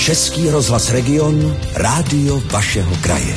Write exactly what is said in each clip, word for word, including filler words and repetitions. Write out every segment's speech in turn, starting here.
Český rozhlas Region, rádio vašeho kraje.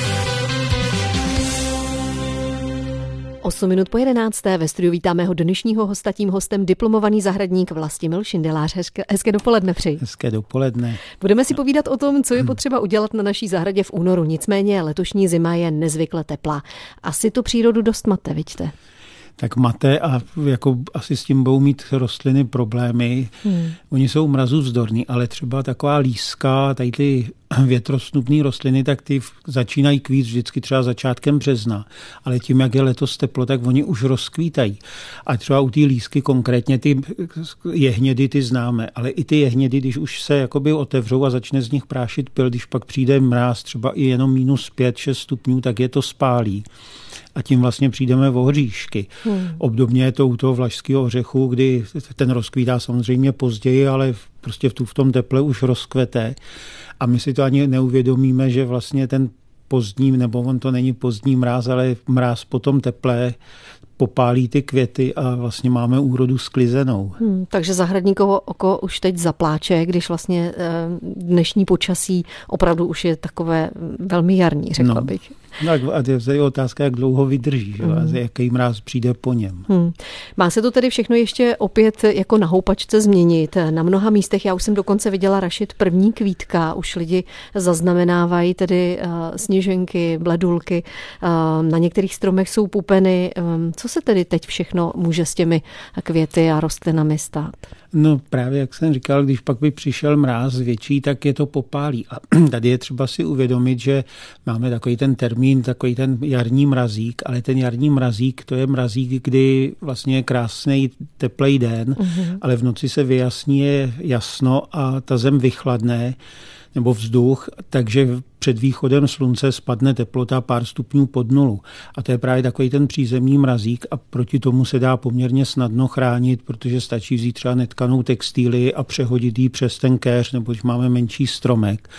osm minut po jedenácté ve studiu vítáme ho dnešního hosta, tím hostem diplomovaný zahradník Vlastimil Šindelář. Hezké, hezké dopoledne přeji. Hezké dopoledne. Budeme si povídat o tom, co je potřeba udělat na naší zahradě v únoru. Nicméně letošní zima je nezvykle teplá. Asi tu přírodu dost mate, vidíte? Tak mate a jako asi s tím budou mít rostliny problémy. Hmm. Oni jsou mrazu vzdorní, ale třeba taková líska, tady ty větrosnupné rostliny, tak ty začínají kvít vždycky třeba začátkem března. Ale tím, jak je letos teplo, tak oni už rozkvítají. A třeba u té lísky konkrétně ty jehnědy ty známe, ale i ty jehnědy, když už se jakoby otevřou a začne z nich prášit pyl, když pak přijde mráz, třeba i jenom minus pět šest stupňů, tak je to spálí. A tím vlastně přijdeme o hříšky. Hmm. Obdobně je to u toho vlašského ořechu, kdy ten rozkvítá samozřejmě později, ale prostě v, tu, v tom teple už rozkvete. A my si to ani neuvědomíme, že vlastně ten pozdní, nebo on to není pozdní mráz, ale mráz po tom teple popálí ty květy a vlastně máme úrodu sklizenou. Hmm, takže zahradníkovo oko už teď zapláče, když vlastně dnešní počasí opravdu už je takové velmi jarní, řekla no, bych. Tak a je otázka, jak dlouho vydrží, že? Hmm. A jaký mráz přijde po něm. Hmm. Má se to tedy všechno ještě opět jako na houpačce změnit. Na mnoha místech, já už jsem dokonce viděla rašit první kvítka, už lidi zaznamenávají tedy uh, sněženky, bledulky, uh, na některých stromech jsou pupeny. Um, co se tedy teď všechno může s těmi květy a rostlinami stát? No právě, jak jsem říkal, když pak by přišel mráz větší, tak je to popálí. A tady je třeba si uvědomit, že máme takový ten termín, takový ten jarní mrazík, ale ten jarní mrazík, to je mrazík, kdy vlastně je krásný teplej den, uh-huh. ale v noci se vyjasní, je jasno a ta zem vychladne, nebo vzduch, takže před východem slunce spadne teplota pár stupňů pod nulu. A to je právě takový ten přízemní mrazík a proti tomu se dá poměrně snadno chránit, protože stačí vzít třeba netkanou textílii a přehodit ji přes ten kéř, nebo když máme menší stromek.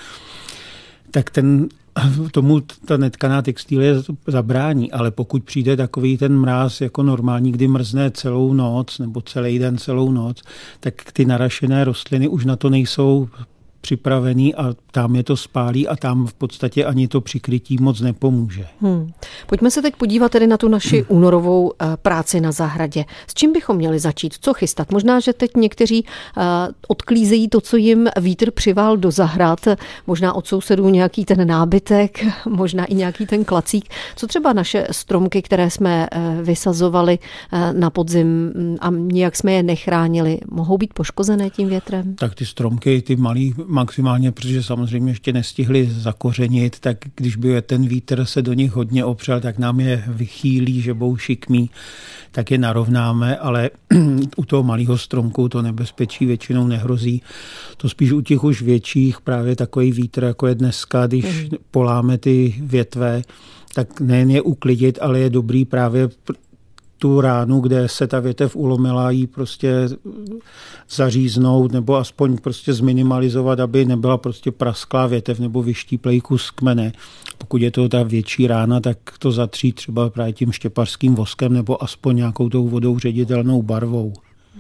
Tak ten tomu ta netkaná textílie zabrání, ale pokud přijde takový ten mráz jako normální, kdy mrzne celou noc nebo celý den, celou noc, tak ty narašené rostliny už na to nejsou připravený a tam je to spálí a tam v podstatě ani to přikrytí moc nepomůže. Hmm. Pojďme se teď podívat tedy na tu naši hmm. únorovou uh, práci na zahradě. S čím bychom měli začít? Co chystat? Možná, že teď někteří uh, odklízejí to, co jim vítr přivál do zahrad, možná od sousedů nějaký ten nábytek, možná i nějaký ten klacík. Co třeba naše stromky, které jsme uh, vysazovali uh, na podzim a nějak jsme je nechránili, mohou být poškozené tím větrem? Tak ty stromky, ty malý maximálně, protože samozřejmě ještě nestihli zakořenit, tak když by ten vítr se do nich hodně opřel, tak nám je vychýlí, že budou šikmí, tak je narovnáme, ale u toho malého stromku to nebezpečí většinou nehrozí. To spíš u těch už větších, právě takový vítr, jako je dneska, když mm. poláme ty větve, tak nejen je uklidit, ale je dobrý právě tu ránu, kde se ta větev ulomila, jí prostě zaříznout nebo aspoň prostě zminimalizovat, aby nebyla prostě prasklá větev nebo vyštíplej kus kmene. Pokud je to ta větší rána, tak to zatřít třeba právě tím štěpařským voskem nebo aspoň nějakou tou vodou ředitelnou barvou.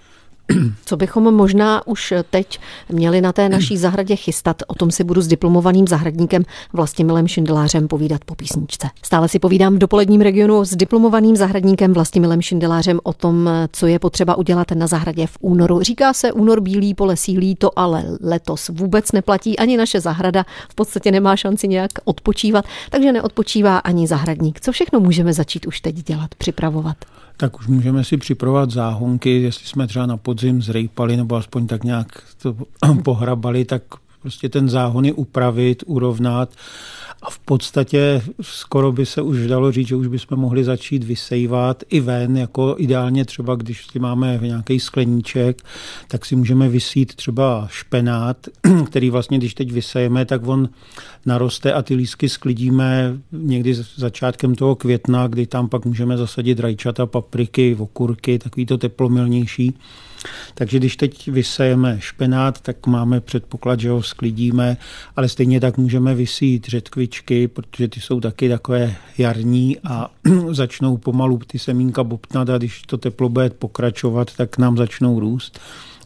Co bychom možná už teď měli na té naší zahradě chystat, o tom si budu s diplomovaným zahradníkem Vlastimilem Šindelářem povídat po písničce. Stále si povídám v dopoledním regionu s diplomovaným zahradníkem Vlastimilem Šindelářem o tom, co je potřeba udělat na zahradě v únoru. Říká se únor bílý, pole sílí, to ale letos vůbec neplatí. Ani naše zahrada v podstatě nemá šanci nějak odpočívat, takže neodpočívá ani zahradník. Co všechno můžeme začít už teď dělat, připravovat? Tak už můžeme si připravovat záhonky, jestli jsme třeba na podzim zrejpali nebo aspoň tak nějak to pohrabali, tak prostě ten záhony upravit, urovnat a v podstatě skoro by se už dalo říct, že už bychom mohli začít vysejvat i ven, jako ideálně třeba, když si máme nějaký skleníček, tak si můžeme vysít třeba špenát, který vlastně, když teď vysejeme, tak on naroste a ty lístky sklidíme někdy začátkem toho května, kdy tam pak můžeme zasadit rajčata, papriky, okurky, takový to teplomilnější. Takže když teď vysejeme špenát, tak máme předpoklad, že ho sklidíme, ale stejně tak můžeme vysít řetkvičky, protože ty jsou taky takové jarní a začnou pomalu ty semínka bobtnat a když to teplo bude pokračovat, tak nám začnou růst.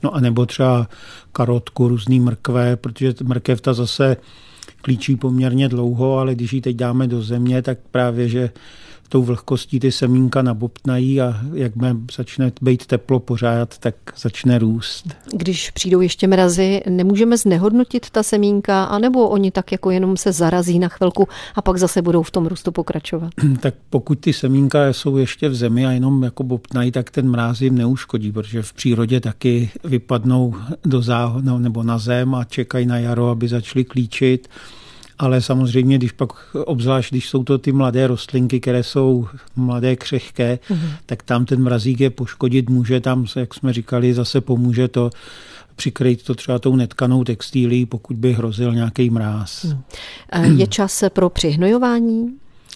No a nebo třeba karotku, různý mrkve, protože mrkev ta zase klíčí poměrně dlouho, ale když ji teď dáme do země, tak právě, že tou vlhkostí ty semínka nabobtnají a jak začne být teplo pořád, tak začne růst. Když přijdou ještě mrazy, nemůžeme znehodnotit ta semínka, anebo oni tak jako jenom se zarazí na chvilku a pak zase budou v tom růstu pokračovat? Tak pokud ty semínka jsou ještě v zemi a jenom jako bobtnají, tak ten mráz jim neuškodí, protože v přírodě taky vypadnou do záhonu nebo na zem a čekají na jaro, aby začaly klíčit. Ale samozřejmě, když pak, obzvlášť když jsou to ty mladé rostlinky, které jsou mladé, křehké, mm-hmm. tak tam ten mrazík je poškodit může, tam, jak jsme říkali, zase pomůže to přikryt to třeba tou netkanou textílí, pokud by hrozil nějaký mráz. Mm. Je čas pro přihnojování?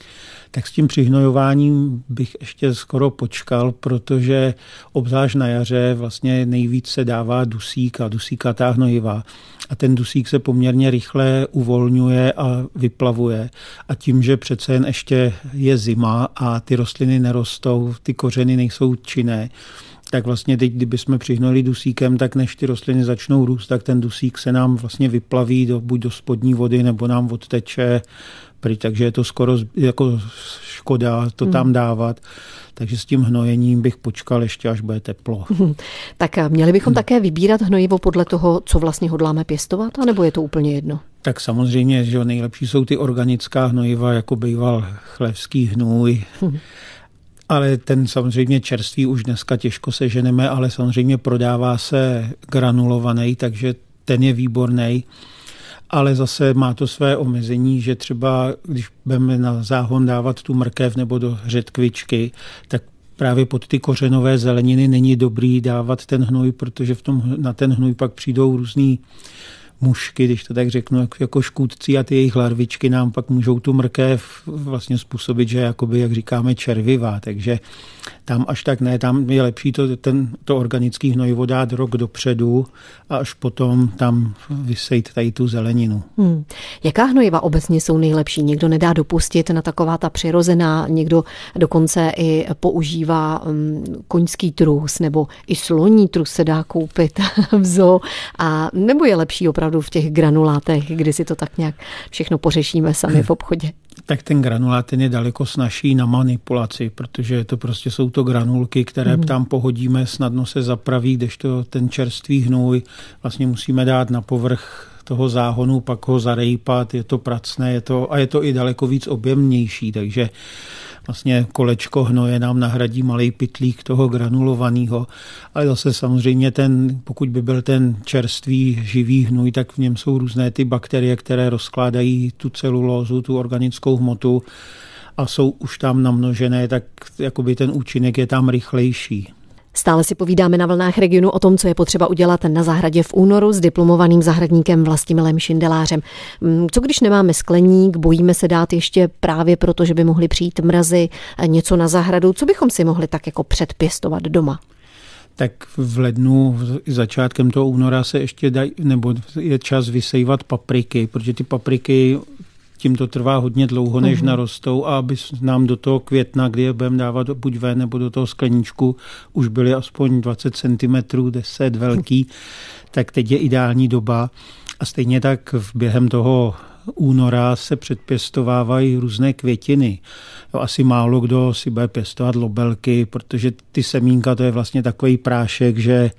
Tak s tím přihnojováním bych ještě skoro počkal, protože obzvlášť na jaře vlastně nejvíc se dává dusík a dusíkatá hnojiva. A ten dusík se poměrně rychle uvolňuje a vyplavuje. A tím, že přece jen ještě je zima a ty rostliny nerostou, ty kořeny nejsou činné, tak vlastně teď, kdybychom přihnuli dusíkem, tak než ty rostliny začnou růst, tak ten dusík se nám vlastně vyplaví do, buď do spodní vody, nebo nám odteče pryč, takže je to skoro jako škoda to tam dávat. Takže s tím hnojením bych počkal ještě, až bude teplo. Hmm. Tak měli bychom hmm. také vybírat hnojivo podle toho, co vlastně hodláme pěstovat, anebo je to úplně jedno? Tak samozřejmě, že nejlepší jsou ty organická hnojiva, jako býval chlevský hnůj. Hmm. Ale ten samozřejmě čerstvý už dneska těžko seženeme, ale samozřejmě prodává se granulovaný, takže ten je výborný. Ale zase má to své omezení, že třeba když budeme na záhon dávat tu mrkev nebo do řetkvičky, tak právě pod ty kořenové zeleniny není dobrý dávat ten hnůj, protože v tom, na ten hnůj pak přijdou různý mušky, když to tak řeknu, jako škůdci a ty jejich larvičky nám pak můžou tu mrkev vlastně způsobit, že jakoby, jak říkáme, červivá, takže tam až tak ne, tam je lepší to, ten, to organický hnojivo dát rok dopředu a až potom tam vysejt tady tu zeleninu. Hmm. Jaká hnojiva obecně jsou nejlepší? Někdo nedá dopustit na taková ta přirozená, někdo dokonce i používá um, koňský trus nebo i sloní trus se dá koupit v zoo, a nebo je lepší opravdu v těch granulátech, kdy si to tak nějak všechno pořešíme sami v obchodě? Tak ten granulát ten je daleko snazší na manipulaci, protože to prostě jsou to granulky, které mm. tam pohodíme, snadno se zapraví, kdežto ten čerstvý hnůj vlastně musíme dát na povrch toho záhonu, pak ho zarejpat, je to pracné, je to, a je to i daleko víc objemnější, takže vlastně kolečko hnoje nám nahradí malej pytlík toho granulovaného, ale zase samozřejmě ten, pokud by byl ten čerstvý živý hnůj, tak v něm jsou různé ty bakterie, které rozkládají tu celulózu, tu organickou hmotu a jsou už tam namnožené, tak jakoby ten účinek je tam rychlejší. Stále si povídáme na vlnách regionu o tom, co je potřeba udělat na zahradě v únoru s diplomovaným zahradníkem Vlastimilem Šindelářem. Co když nemáme skleník, bojíme se dát ještě právě proto, že by mohly přijít mrazy, něco na zahradu, co bychom si mohli tak jako předpěstovat doma? Tak v lednu, začátkem toho února se ještě dají, nebo je čas vysejvat papriky, protože ty papriky tím to trvá hodně dlouho, než mm. narostou, a aby nám do toho května, kdy je budeme dávat buď ven, nebo do toho skleníčku, už byly aspoň dvacet centimetrů, deset velký, tak teď je ideální doba. A stejně tak v během toho února se předpěstovávají různé květiny. Jo, asi málo kdo si bude pěstovat lobelky, protože ty semínka, to je vlastně takový prášek, že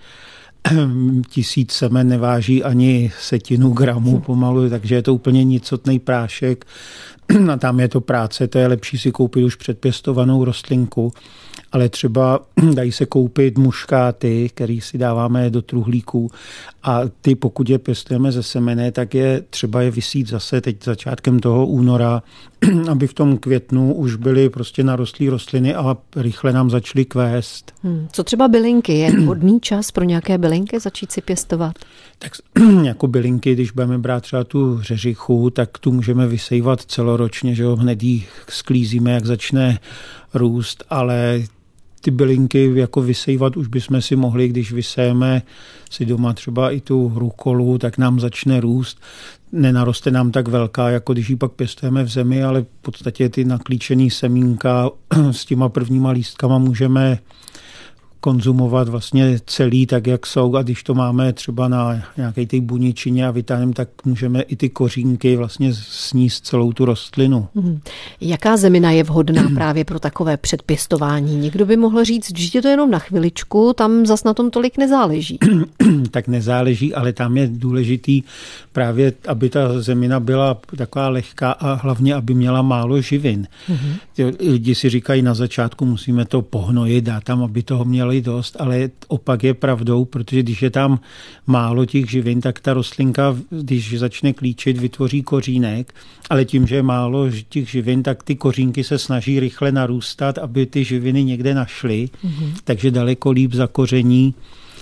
tisíc semen neváží ani setinu gramů pomalu, takže je to úplně nicotný prášek a tam je to práce, to je lepší si koupit už předpěstovanou rostlinku, ale třeba dají se koupit muškáty, který si dáváme do truhlíků, a ty, pokud je pěstujeme ze semene, tak je třeba je vysít zase teď začátkem toho února, aby v tom květnu už byly prostě narostlý rostliny a rychle nám začaly kvést. Hmm. Co třeba bylinky? Je vhodný čas pro nějaké bylinky začít si pěstovat? Tak jako bylinky, když budeme brát třeba tu řeřichu, tak tu můžeme vysejvat celoročně, že jo, hned ji sklízíme, jak začne růst, ale ty bylinky jako vysejvat už bychom si mohli, když vysejeme si doma třeba i tu rukolu, tak nám začne růst. Nenaroste nám tak velká, jako když ji pak pěstujeme v zemi, ale v podstatě ty naklíčený semínka s těma prvníma lístkama můžeme konzumovat vlastně celý tak, jak jsou, a když to máme třeba na nějaké té buničině a vytáhneme, tak můžeme i ty kořínky vlastně sníst celou tu rostlinu. Hmm. Jaká zemina je vhodná právě pro takové předpěstování? Někdo by mohl říct, že je to jenom na chviličku, tam zas na tom tolik nezáleží. Tak nezáleží, ale tam je důležitý právě, aby ta zemina byla taková lehká a hlavně, aby měla málo živin. Mm-hmm. Lidi si říkají, na začátku musíme to pohnojit, dát tam, aby toho měli dost, ale opak je pravdou, protože když je tam málo těch živin, tak ta rostlinka, když začne klíčit, vytvoří kořínek, ale tím, že je málo těch živin, tak ty kořínky se snaží rychle narůstat, aby ty živiny někde našly, mm-hmm. takže daleko líp zakoření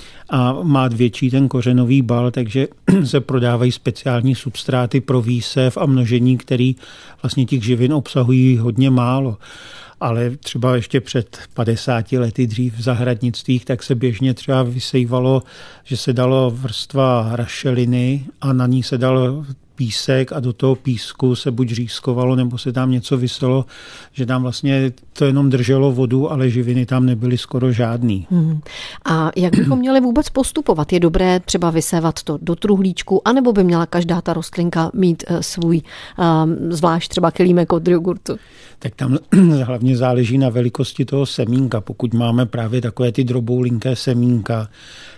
a má větší ten kořenový bal, takže se prodávají speciální substráty pro výsev a množení, který vlastně těch živin obsahují hodně málo. Ale třeba ještě před padesáti lety dřív v zahradnictvích, tak se běžně třeba vysejvalo, že se dalo vrstva rašeliny a na ní se dal písek a do toho písku se buď řízkovalo, nebo se tam něco vyselo, že tam vlastně to jenom drželo vodu, ale živiny tam nebyly skoro žádný. Hmm. A jak bychom měli vůbec postupovat? Je dobré třeba vysévat to do truhlíčku, anebo by měla každá ta rostlinka mít svůj um, zvlášť třeba kelímek od jogurtu? Tak tam hlavně záleží na velikosti toho semínka. Pokud máme právě takové ty droboulinké semínka,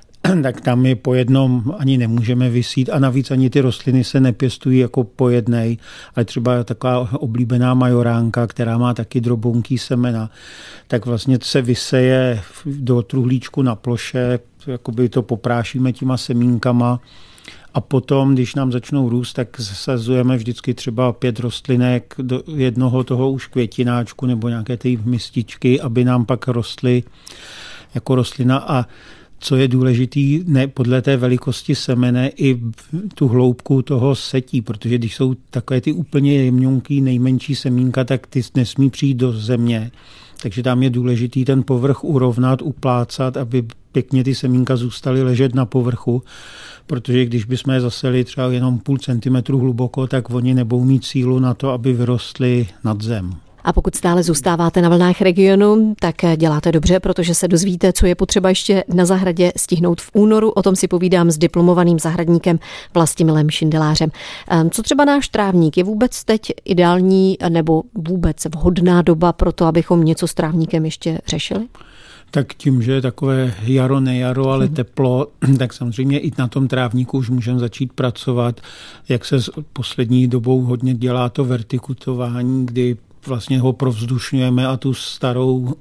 tak tam je po jednom ani nemůžeme vysít a navíc ani ty rostliny se nepěstují jako po jednej, ale třeba taková oblíbená majoránka, která má taky drobounký semena, tak vlastně se vyseje do truhlíčku na ploše, jakoby to poprášíme těma semínkama a potom, když nám začnou růst, tak zasazujeme vždycky třeba pět rostlinek do jednoho toho už květináčku nebo nějaké ty mističky, aby nám pak rostly jako rostlina. A co je důležitý, ne podle té velikosti semene i tu hloubku toho setí, protože když jsou takové ty úplně jemňonký nejmenší semínka, tak ty nesmí přijít do země. Takže tam je důležitý ten povrch urovnat, uplácat, aby pěkně ty semínka zůstaly ležet na povrchu, protože když bychom je zaseli třeba jenom půl centimetru hluboko, tak oni nebudou mít sílu na to, aby vyrostly nad zem. A pokud stále zůstáváte na vlnách regionu, tak děláte dobře, protože se dozvíte, co je potřeba ještě na zahradě stihnout v únoru. O tom si povídám s diplomovaným zahradníkem Vlastimilem Šindelářem. Co třeba náš trávník? Je vůbec teď ideální nebo vůbec vhodná doba pro to, abychom něco s trávníkem ještě řešili? Tak tím, že je takové jaro, nejaro, ale teplo, tak samozřejmě i na tom trávníku už můžeme začít pracovat. Jak se s poslední dobou hodně dělá to vertikutování, kdy vlastně ho provzdušňujeme a tu starou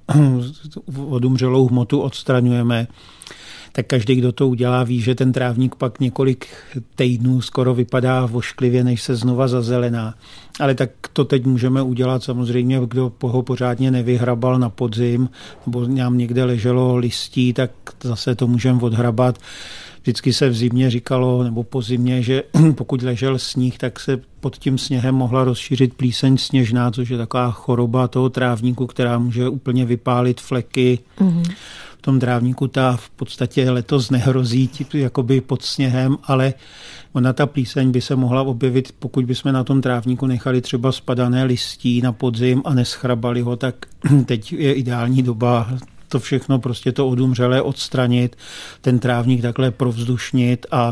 odumřelou hmotu odstraňujeme. Tak každý, kdo to udělá, ví, že ten trávník pak několik týdnů skoro vypadá vošklivě, než se znova zazelená. Ale tak to teď můžeme udělat samozřejmě, kdo ho pořádně nevyhrabal na podzim, nebo nám někde leželo listí, tak zase to můžeme odhrabat. Vždycky se v zimě říkalo, nebo po zimě, že pokud ležel sníh, tak se pod tím sněhem mohla rozšířit plíseň sněžná, což je taková choroba toho trávníku, která může úplně vypálit fleky. Mm-hmm. V tom trávníku ta v podstatě letos nehrozí jakoby pod sněhem, ale ona ta plíseň by se mohla objevit, pokud bychom na tom trávníku nechali třeba spadané listí na podzim a neschrabali ho, tak teď je ideální doba to všechno, prostě to odumřelé odstranit, ten trávník takhle provzdušnit a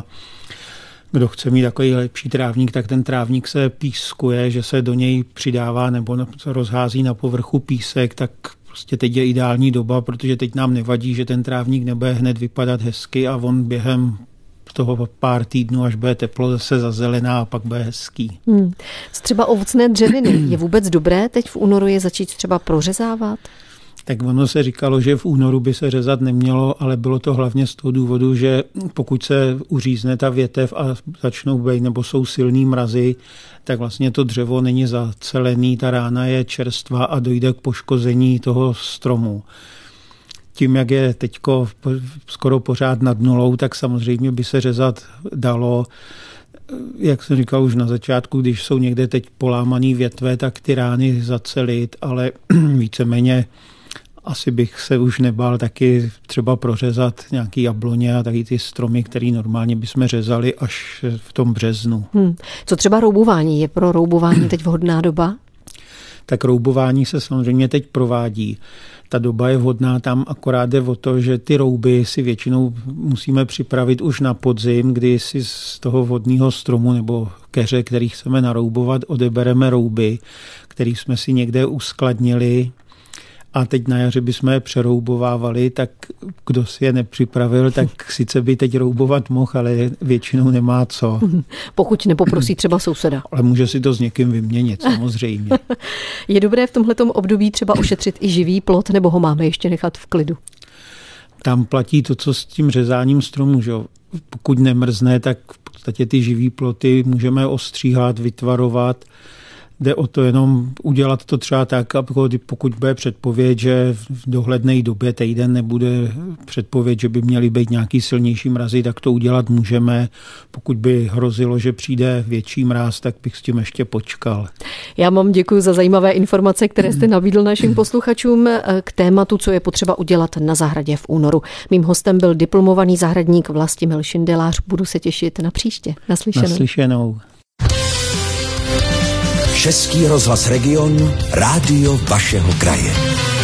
kdo chce mít takový lepší trávník, tak ten trávník se pískuje, že se do něj přidává nebo rozhází na povrchu písek, tak prostě teď je ideální doba, protože teď nám nevadí, že ten trávník nebude hned vypadat hezky a on během toho pár týdnů, až bude teplo, zase zazelená a pak bude hezký. Hmm. Třeba ovocné dřeviny. Je vůbec dobré teď v únoru je začít třeba prořezávat? Tak ono se říkalo, že v únoru by se řezat nemělo, ale bylo to hlavně z toho důvodu, že pokud se uřízne ta větev a začnou být nebo jsou silný mrazy, tak vlastně to dřevo není zacelený, ta rána je čerstvá a dojde k poškození toho stromu. Tím, jak je teďko skoro pořád nad nulou, tak samozřejmě by se řezat dalo. Jak jsem říkal už na začátku, když jsou někde teď polámaný větve, tak ty rány zacelit, ale víceméně asi bych se už nebál taky třeba prořezat nějaký jabloně a taky ty stromy, které normálně bychom řezali až v tom březnu. Hmm. Co třeba roubování? Je pro roubování teď vhodná doba? tak roubování se samozřejmě teď provádí. Ta doba je vhodná, tam akorát jde o to, že ty rouby si většinou musíme připravit už na podzim, kdy si z toho vodního stromu nebo keře, který chceme naroubovat, odebereme rouby, který jsme si někde uskladnili. A teď na jaře bychom je přeroubovávali, tak kdo si je nepřipravil, tak sice by teď roubovat mohl, ale většinou nemá co. Pokud nepoprosí třeba souseda. Ale může si to s někým vyměnit, samozřejmě. Je dobré v tomhletom období třeba ošetřit i živý plot, nebo ho máme ještě nechat v klidu? Tam platí to, co s tím řezáním stromu, že jo. Pokud nemrzne, tak v podstatě ty živý ploty můžeme ostříhat, vytvarovat. Jde o to jenom udělat to třeba tak, pokud bude předpověď, že v dohledné době týden nebude předpověď, že by měly být nějaký silnější mrazy, tak to udělat můžeme. Pokud by hrozilo, že přijde větší mráz, tak bych s tím ještě počkal. Já vám děkuji za zajímavé informace, které jste nabídl našim posluchačům k tématu, co je potřeba udělat na zahradě v únoru. Mým hostem byl diplomovaný zahradník Vlastimil Šindelář. Budu se těšit na příště. Naslyšenou. Naslyšenou. Český rozhlas Region, rádio vašeho kraje.